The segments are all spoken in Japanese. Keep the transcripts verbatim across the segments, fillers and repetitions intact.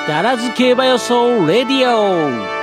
ダラズ競馬予想レディオ。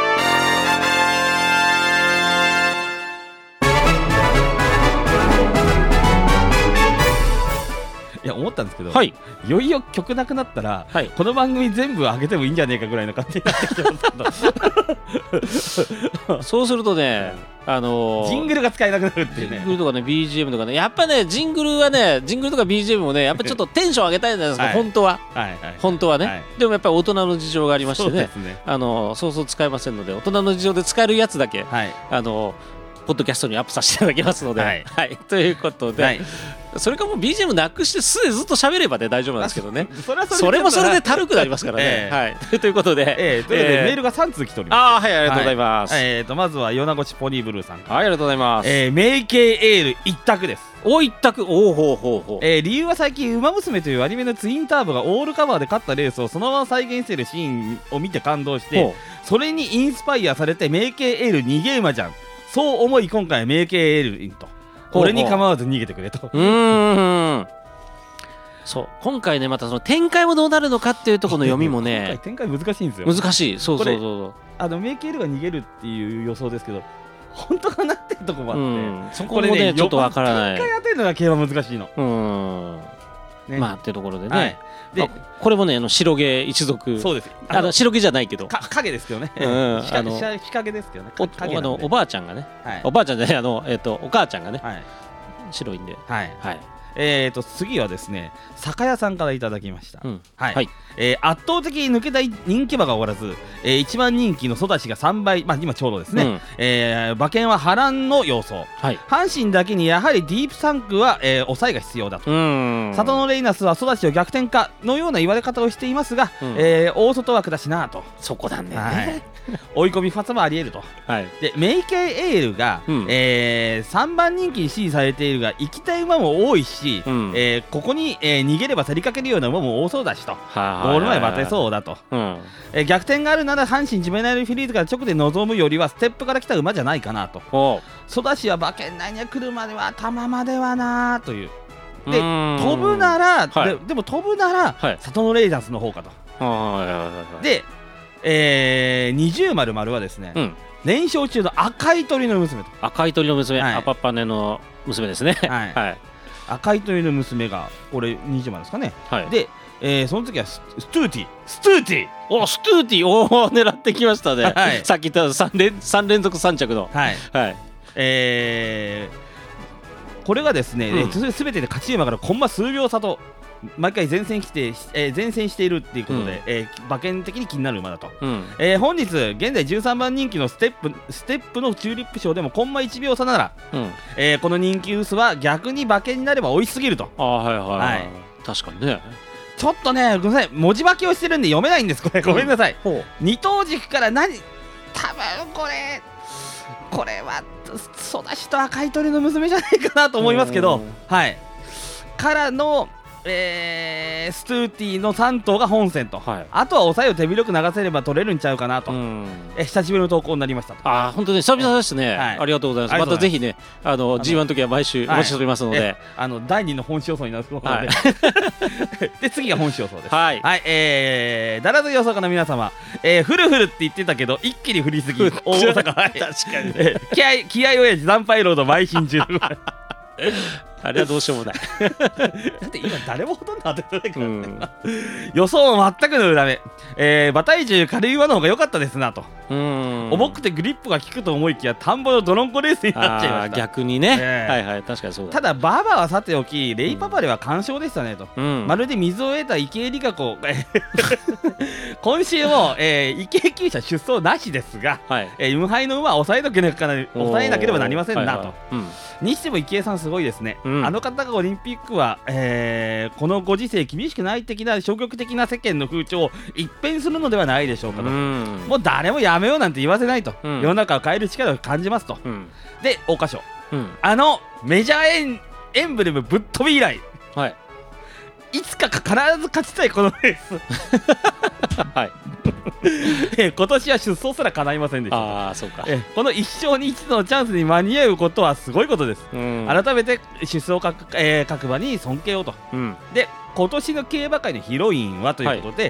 いや思ったんですけど、 はい、 いよいよ曲なくなったら、はい、この番組全部上げてもいいんじゃねえかぐらいの感じになってきてますけどそうするとね、あのー、 ジングルが使えなくなるっていうね。 ジングルとかね ビージーエム とかね、やっぱねジングルはねジングルとか ビージーエム もねやっぱちょっとテンション上げたいんですか、はい、本当は、はいはい、本当はね、はい、でもやっぱり大人の事情がありまして ね, そうですね、あのー、そうそう使えませんので、大人の事情で使えるやつだけ、はい、あのーポッドキャストにアップさせていただきますので、はいはい、ということで、はい、それかもう ビージーエム なくして素でずっと喋ればね大丈夫なんですけどねそ, れそ, れそれもそれでたるくなりますからね、えーはい、ということで、えー、ということで、えー、メールがさん通来ております。あ、はい、ありがとうございます、はい、えー、とまずは米子ポニーブルーさん、はい、ありがとうございます、えー、メイケイエール一択です。お一択、おおほうほうほう、えー、理由は最近ウマ娘というアニメのツインターボがオールカバーで勝ったレースをそのまま再現しているシーンを見て感動して、それにインスパイアされてメイケイエール逃げ馬じゃん、そう思い今回メイケイエールインと、俺に構わず逃げてくれと。うーん、そう今回ねまたその展開もどうなるのかっていうところの読みもね今回展開難しいんですよ。難しい、そうそうそうそう、あのメイケイエールが逃げるっていう予想ですけど本当かなっていうところもあって、うん、そこも ね, ねちょっとわからない。展開当てるのが競馬難しいの。うーん、ね、まあっていうところでね、はい、でこれもねあの白毛一族、そうです、あのあの白毛じゃないけど影ですけどね、うん、日陰ですけどね、お, あのおばあちゃんがね、はい、おばあちゃんじゃない、あの、えー、とお母ちゃんがね、はい、白いんで、はいはい、えー、と次はですね酒屋さんからいただきました、うんはいはい、えー、圧倒的に抜けた人気馬がおらず、えー、いちばん人気のソダシがさんばい、まあ、今ちょうどですね、うんえー、馬券は波乱の様相、はい、阪神だけにやはりディープサンクは、えー、抑えが必要だと。里のレイナスはソダシを逆転かのような言われ方をしていますが、うんえー、大外枠だしなと。そこだね、はい、追い込みふたつもありえると、はい、でメイケイエールが、うんえー、さんばん人気に支持されているが行きたい馬も多いし、うんえー、ここに、えー、逃げれば競りかけるような馬も多そうだしと、ゴール前バテそうだと、うんえー、逆転があるなら阪神ジメナイルフィリーズから直で臨むよりはステップから来た馬じゃないかなと。ソダシは馬券内には来るまでは玉まではなという。で飛ぶなら、はい、で, でも飛ぶなら、はい、里のレイダンスの方かと。で、えー、にじゅうまるはですね、うん、連勝中の赤い鳥の娘と。赤い鳥の娘、はい、アパッパネの娘ですね、はいはい、赤い鳥の娘がこれにじゅうまるですかね、はい、で、えー、その次はストゥーティーストゥーティーおストゥーティーおー狙ってきましたね、はい、さっき言った 3, 連3連続さん着の、はいはいえーこれがですね、うん、すべてで勝ち馬からコンマ数秒差と毎回前線来て、えー、前線しているっていうことで、うんえー、馬券的に気になる馬だと、うんえー、本日現在じゅうさんばん人気のステップステップのチューリップ賞でもコンマいちびょう差なら、うんえー、この人気薄は逆に馬券になれば追いすぎると。あ、はいはいはいはい、確かにね。ちょっとねごめんなさい、文字化けをしてるんで読めないんですこれ、ごめんなさい、うん、二等軸から何多分これこれはソダシと赤い鳥の娘じゃないかなと思いますけど、はい、からの、えー、ストゥーティーのさん頭が本戦と、はい、あとは抑えを手広く流せれば取れるんちゃうかなと、え久しぶりの投稿になりましたと。あ本当に久々ですね、はい、ありがとうございます。またぜひねあの ジーワン の時は毎週お待ちしておりますので、はい、あのだいにの本誌予想になるので、はい、で次が本誌予想です。はい、はいえー、だらず予想家の皆様、えー、フルフルって言ってたけど一気に降りすぎ大阪はい確かに、えー、気合気合親父惨敗ロード邁進中あれはどうしようもないだって今誰もほとんど当ててないから、ねうん、予想も全くの裏目、えー、馬体重軽い馬の方が良かったですなと。うん重くてグリップが効くと思いきや田んぼのドロンコレースになっちゃいました。逆にね、えー、はいはい確かにそうだ。ただバーバーはさておきレイパパでは完勝でしたねと、うん、まるで水を得た池江璃花子今週も、えー、池江厩舎出走なしですが、はいえー、無敗の馬は抑えなければ抑えなければなりませんなと、はいはいうん、にしても池江さんすごいですね、うん、あの方がオリンピックは、えー、このご時世厳しくない的な消極的な世間の風潮を一変するのではないでしょうかと、うん、もう誰もやめようなんて言わせないと、うん、世の中を変える力を感じますと、うん、で桜花賞、うん、あのメジャーエ ン, エンブレムぶっ飛び以来、はい、いつか必ず勝ちたいこのレースはいえ今年は出走すら叶いませんでした。あそうかえこの一生に一度のチャンスに間に合うことはすごいことです、うん、改めて出走各、えー、各馬に尊敬をと、うん、で今年の競馬界のヒロインはということで、はい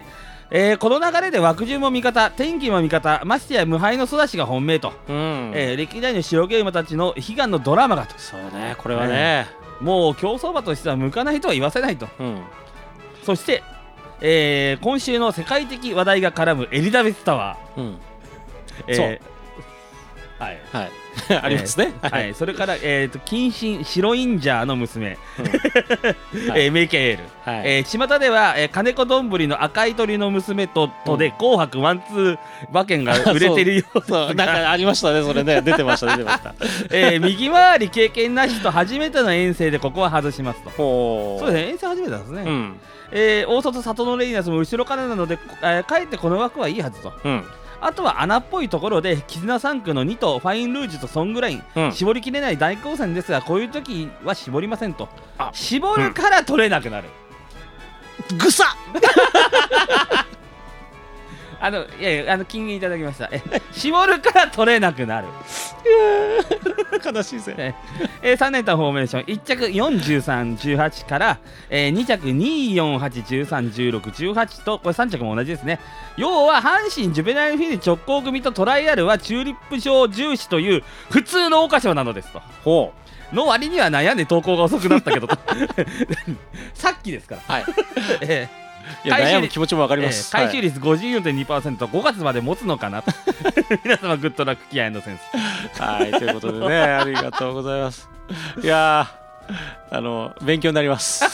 えー、この流れで枠順も味方、天気も味方、ましてや無敗の育ちが本命と、うん、えー、歴代の白毛馬たちの悲願のドラマがと。 そうね、これはね、 えー、もう競走馬としては向かないとは言わせないと、うん、そして、えー、今週の世界的話題が絡むエリザベスタワー、うん、えー、そうはい、はいありますね、 えーはい、それから、えー、と近親白インジャーの娘、うんはい、えー、メイケエール、はい、えー、巷では、えー、金子どんぶりの赤い鳥の娘ととで、うん、紅白ワンツー馬券が売れてるようそうなんかありましたね、それね、出てました出てました、 えー、右回り経験なしと初めての遠征でここは外しますと。そうですね、遠征初めてなんですね、うん、えー、大外里のレイナスも後ろからなので、えー、かえってこの枠はいいはずと、うん、あとは穴っぽいところで絆さん区のに頭ファインルージュとソングライン、うん、絞りきれない大混戦ですが、こういう時は絞りませんと。絞るから取れなくなる、 うん、ぐさあのいやいやあの金言いただきました。え絞るから取れなくなる悲しいぜ、 ええー、さん連単フォーメーションいっ着よん、じゅうさん、じゅうはちから、えー、に着に、よん、はち、じゅうさん、じゅうろく、じゅうはちとこれさん着も同じですね。要は阪神ジュベナイルフィル直行組とトライアルはチューリップ賞重視という普通の桜花賞なのですと。ほうの割には悩んで投稿が遅くなったけどさっきですから、はいえーいや悩む気持ちも分かります、 えー、回収率 ごじゅうよんてんにパーセント、ごがつまで持つのかなと皆様グッドラック気合いのセンスはいということでねありがとうございます。いやあの勉強になります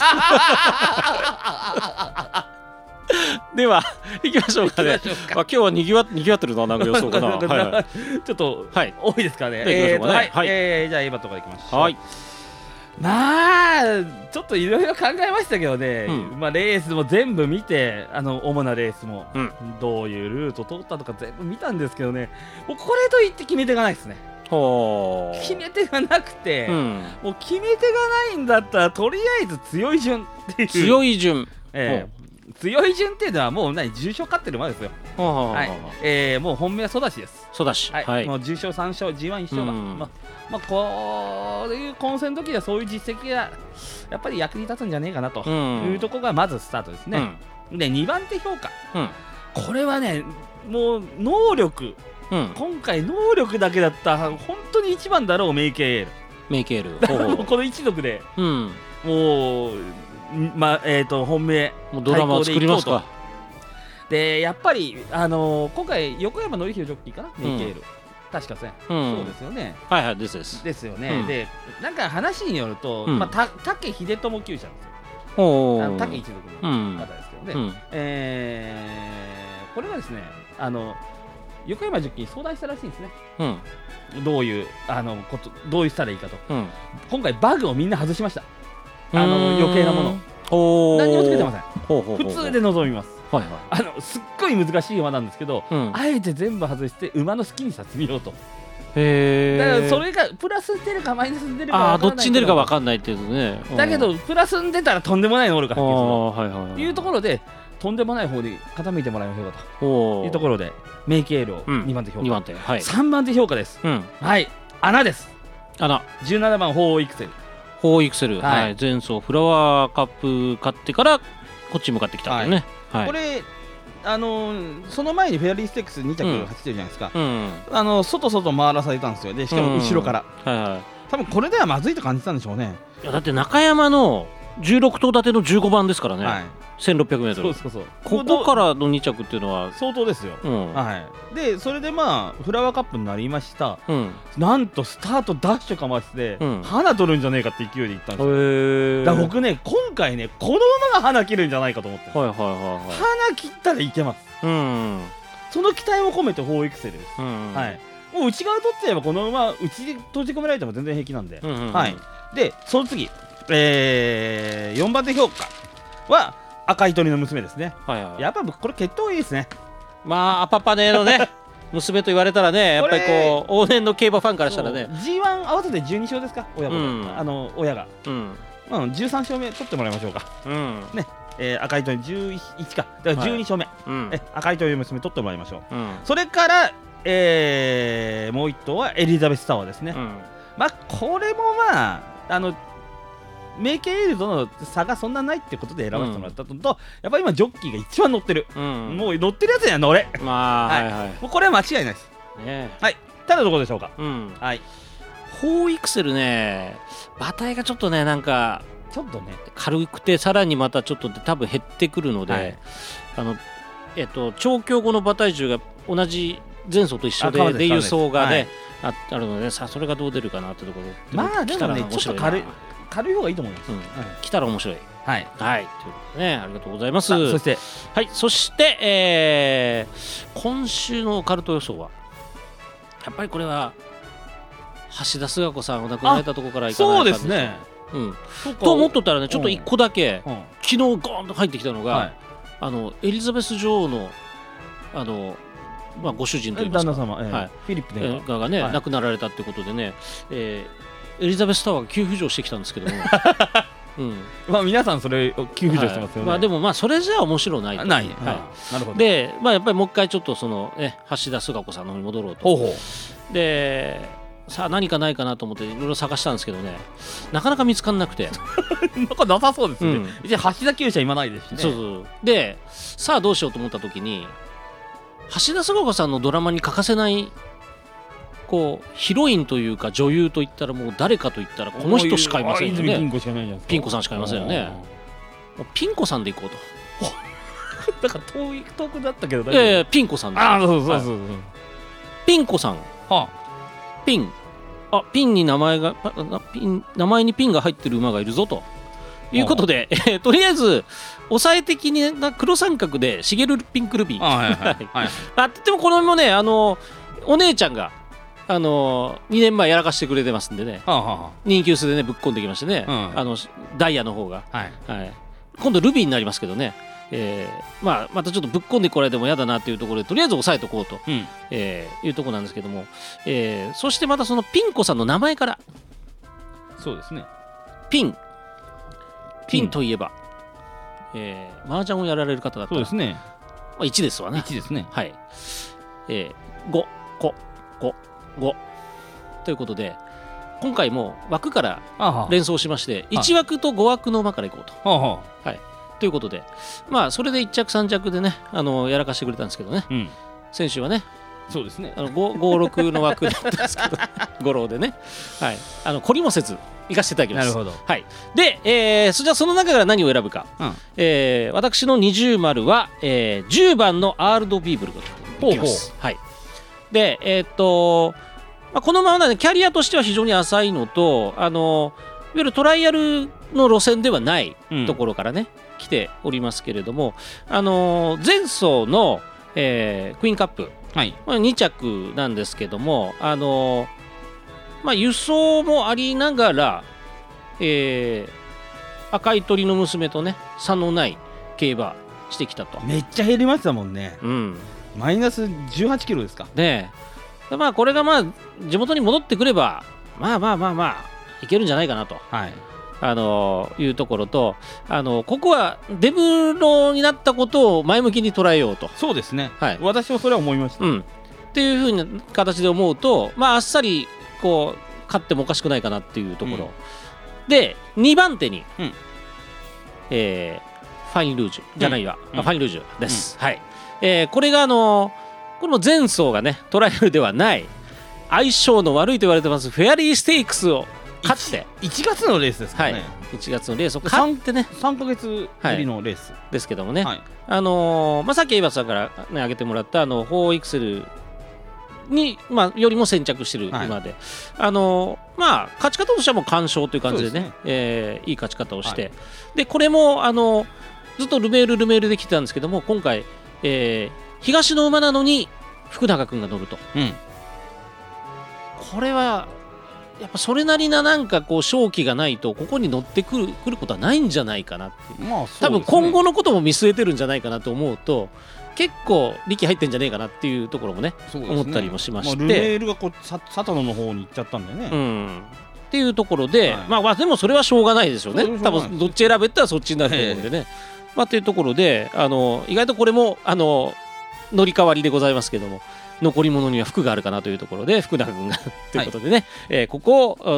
では行きましょうかね。まあ、今日はにぎわにぎわってるな、なんか予想かなはい、はい、 ちょっと、はい、多いですかね。えーと、はい、はい、えー、じゃあ今とか行きましょう。はい、まあちょっといろいろ考えましたけどね、うん、まあレースも全部見て、あの主なレースも、うん、どういうルート通ったとか全部見たんですけどね、もうこれといって決め手がないですね。決め手がなくて、うん、もう決め手がないんだったらとりあえず強い順っていう強い順、 えー、強い順っていうのはもう何重賞勝ってる馬ですよ。はい、えー、もう本命はソダシです。 ソダシ、 はいはい、もう重賞さん勝 ジーワンいち 勝だ、まあまあ、こういう混戦の時はそういう実績がやっぱり役に立つんじゃねえかなというところがまずスタートですね、うん、でにばん手評価、うん、これはねもう能力、うん、今回能力だけだったら本当に一番だろうメイケールメイケールこの一族で、うん、もうまあえー、と本命もうドラマを作りますか。 でやっぱり、あのー、今回横山典弘ジョッキーかな、メイケール、うん、確かね、うん、そうですよね。 はいはいですですですよね、うん、でなんか話によると、うん、まあ、た武秀友厩舎なんですよ。あの武一族の方ですけどね、うん、えー、これがですねあの横山ジョッキーに相談したらしいんですね、うん、どういうあのことどうしたらいいかと、うん、今回バグをみんな外しました。あの余計なもの何もつけてません。ほうほうほうほう、普通で臨みます。はいはい、あのすっごい難しい馬なんですけど、うん、あえて全部外して馬の好きにさせてみようと。へー、だからそれがプラスに出るかマイナスに出るか分かんない、あどっちに出るか分かんないっていうね、 うん、だけどプラスに出たらとんでもない能力が発揮すると、はいはいはい、いうところでとんでもない方に傾いてもらいましょうかというところでメイケールをにばん手評価、うん、にばん手、はい、さんばん手評価です、うん、はい穴です。穴じゅうななばんホーイクセルホーイクセル、はいはい、前走フラワーカップ買ってからこっち向かってきたんだよね、 はいはい、これあのー、その前にフェアリーステックスに着走ってるじゃないですか、うん、あの外外回らされたんですよ。でしかも後ろから、うん、はいはい、多分これではまずいと感じたんでしょうね。 いやだって中山のじゅうろく頭立てのじゅうごばんですからね、はい、せんろっぴゃくメートル、そうそうそう、ここからのに着っていうのは相当ですよ、うん、はい、でそれでまあフラワーカップになりました、うん、なんとスタートダッシュかまして、うん、花取るんじゃねえかって勢いでいったんですよ。へだから僕ね今回ねこの馬が花切るんじゃないかと思って、はいはいはいはい、花切ったらいけます、うん、その期待も込めてホーイクセルです、うん、はい、もう内側取っちゃえばこの馬内で閉じ込められても全然平気なんで、うんうんうん、はい、でその次えー、よんばん手評価は赤い鳥の娘ですね、はいはい、やっぱ僕これ血統いいですね。 まあアパパネのね娘と言われたらねやっぱりこう往年の競馬ファンからしたらねジーワン 合わせてじゅうに勝ですか親子、うん、あの親が、うんうん、じゅうさん勝目取ってもらいましょうか、うんねえー、赤い鳥じゅういちかだからじゅうに勝目、はい、うん、え赤い鳥の娘取ってもらいましょう、うん、それから、えー、もう一頭はエリザベスタワーですね、うん、まあこれもまああのメイケンエールとの差がそんなないってことで選ばせてもらったのと、うん、やっぱり今ジョッキーが一番乗ってる、うん、もう乗ってるやつや乗れ、 まあはいはい、 もうこれは間違いないです、ね、はい。ただどこでしょうか、うん、はい。 フォーエクセルね、馬体がちょっとねなんかちょっとね軽くてさらにまたちょっと多分減ってくるので、はい、あのえっと調教後の馬体重が同じ前走と一緒でで輸送がね、はい、あ, あるのでさあそれがどう出るかなってところで、 まあでもねちょっと軽い軽い方がいいと思います、うん、はい、 来たら面白い、 はいはいということでね、ありがとうございます。 そしてはいそして、えー、今週のオカルト予想はやっぱりこれは橋田壽賀子さんお亡くなられたところからいかないかそうですね、 うん、と思っとったらねちょっといっこだけ、うんうん、昨日ゴーンと入ってきたのが、はい、あのエリザベス女王のあのまあ、ご主人といいますか、 旦那様、えーはい、フィリップ殿下がね、はい、亡くなられたということでね、えー、エリザベスタワーが急浮上してきたんですけども、 うん、まあ皆さんそれ急浮上してますよね、はい、 まあ、でもまあそれじゃ面白ないとない、はい、 なるほど。で、まあ、やっぱりもう一回ちょっとその、ね、橋田壽賀子さんの方に戻ろうと。 ほうほう。 でさあ何かないかなと思っていろいろ探したんですけどね、なかなか見つからなくてなんかなさそうですね、うん、一応橋田厩舎今ないですしね。 そうそうでさあどうしようと思った時に橋田壽賀子さんのドラマに欠かせないこうヒロインというか女優といったらもう誰かといったらこの人しかいませんよね。 ピン子しかないじゃん。 ピン子さんしかいませんよね。ピン子さんでいこうとなんか遠い遠くだったけどいやいやピン子さんです。 ああそうそうそうそう、はい、 ピン子さん、はあ、ピンあピンに名前がピン名前にピンが入ってる馬がいるぞということで、えー、とりあえず抑え的な黒三角でシゲルピンクルビー、あ、はいはいはい、あってもこのもねあのお姉ちゃんがあのにねんまえやらかしてくれてますんでね、はあはあ、人気薄でねぶっ込んできましてね、うん、あのダイヤの方が、はいはい、今度ルビーになりますけどね、えーまあ、またちょっとぶっ込んでこられても嫌だなというところでとりあえず抑えておこうと、うんえー、いうところなんですけども、えー、そしてまたそのピン子さんの名前からそうですねピンピンといえば、えー、麻雀をやられる方だったらそうですね、 まあ、いちですわね。 いちですね。 はい、えー、ご、こ、こ、ごということで今回も枠から連想しましていち枠とご枠の馬からいこうと。はははい、ということでまあそれでいっ着さん着でねあのやらかしてくれたんですけどね、うん、先週はねそうですねあの ご、ご、ろくの枠だったんですけど五郎でね、はい、あの懲りもせず行かせていただきます。 なるほど、 はい、で、えー、そじゃあその中から何を選ぶか、うんえー、私の二重丸は、えー、じゅうばんのアールドビーブルといきます。はい、でえー、っと、まあ、このまま、ね、キャリアとしては非常に浅いのとあのいわゆるトライアルの路線ではないところからね、うん、来ておりますけれどもあの前走の、えー、クイーンカップ、はいまあ、に着なんですけどもあのまあ、輸送もありながら、えー、赤い鳥の娘とね差のない競馬してきたと。 めっちゃ減りましたもんね、うん、マイナスじゅうはちキロですか。 で、まあ、これがまあ地元に戻ってくればまあまあまあまあいけるんじゃないかなと、はいあのー、いうところと、あのー、ここはデブロになったことを前向きに捉えようと。 そうですね、はい、私はそれは思いました、うん、 っていうふうな形で思うと、まあ、あっさりこう勝ってもおかしくないかなっていうところ、うん、でにばん手に、うんえー、ファインルージュじゃないわ、うん、ファインルージュです、うんはいえー、これがあのー、この前走がねトライアルではない相性の悪いと言われてますフェアリーステークスを勝っていちがつのレースですかね、はい、 いちがつのレースを勝ってねさんかげつぶりのレース、 はい、ですけどもね、はいあのーまあ、さっきエイバスさんから、ね、挙げてもらったあのフォーエクセルに、まあ、よりも先着してる馬で、はいあのーまあ、勝ち方としてはもう完勝という感じで ね, で、ねえー、いい勝ち方をして、はい、でこれも、あのー、ずっとルメールルメールで来てたんですけども今回、えー、東の馬なのに福永君が乗ると、うん、これはやっぱそれなりななんかこう勝機がないとここに乗ってくる、くることはないんじゃないかなっていう、まあそうですね、多分今後のことも見据えてるんじゃないかなと思うと結構力入ってんじゃねえかなっていうところも ね, ね思ったりもしまして、まあ、ルメールがこう佐藤の方に行っちゃったんだよね、うん、 っていうところで、はいまあ、まあでもそれはしょうがないでしょうね。多分どっち選べったらそっちになると思うんでね、まあ、っていうところであの意外とこれもあの乗り換わりでございますけども残り物には福があるかなというところで福永君がということでね、はいえー、ここを、うん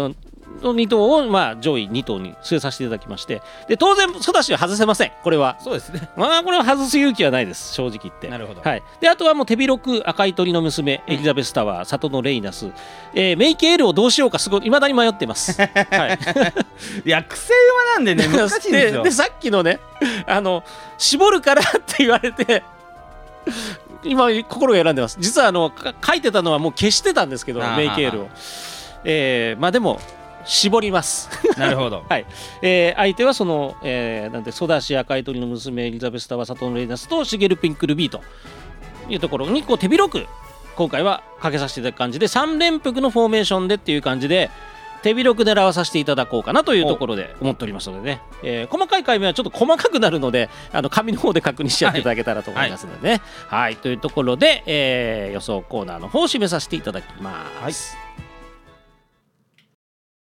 のに頭をまあ上位に頭に据えさせていただきまして、で当然ソダシは外せません。これはそうですね、 まあこれは外す勇気はないです、正直言って。 なるほど、 はい、であとはもう手広く赤い鳥の娘、エリザベスタワー、里のレイナス、えー、メイケールをどうしようかすごい未だに迷ってます。はい、 いや癖馬なんでね難しいんですよ。 で, でさっきのねあの絞るからって言われて今心が選んでます。実はあの書いてたのはもう消してたんですけどメイケールを、えー、まあでも絞ります。 なるほど、 はい、えー、相手はその、えー、なんてソダシ赤い鳥の娘エリザベスタワーサトンレイナスとシゲルピンクルビーというところにこう手広く今回はかけさせていただく感じでさん連複のフォーメーションでっていう感じで手広く狙わさせていただこうかなというところで思っておりますのでね、えー、細かい解明はちょっと細かくなるのであの紙の方で確認しちゃっていただけたらと思いますのでね。はい、はいはい、というところで、えー、予想コーナーの方を締めさせていただきます。はい。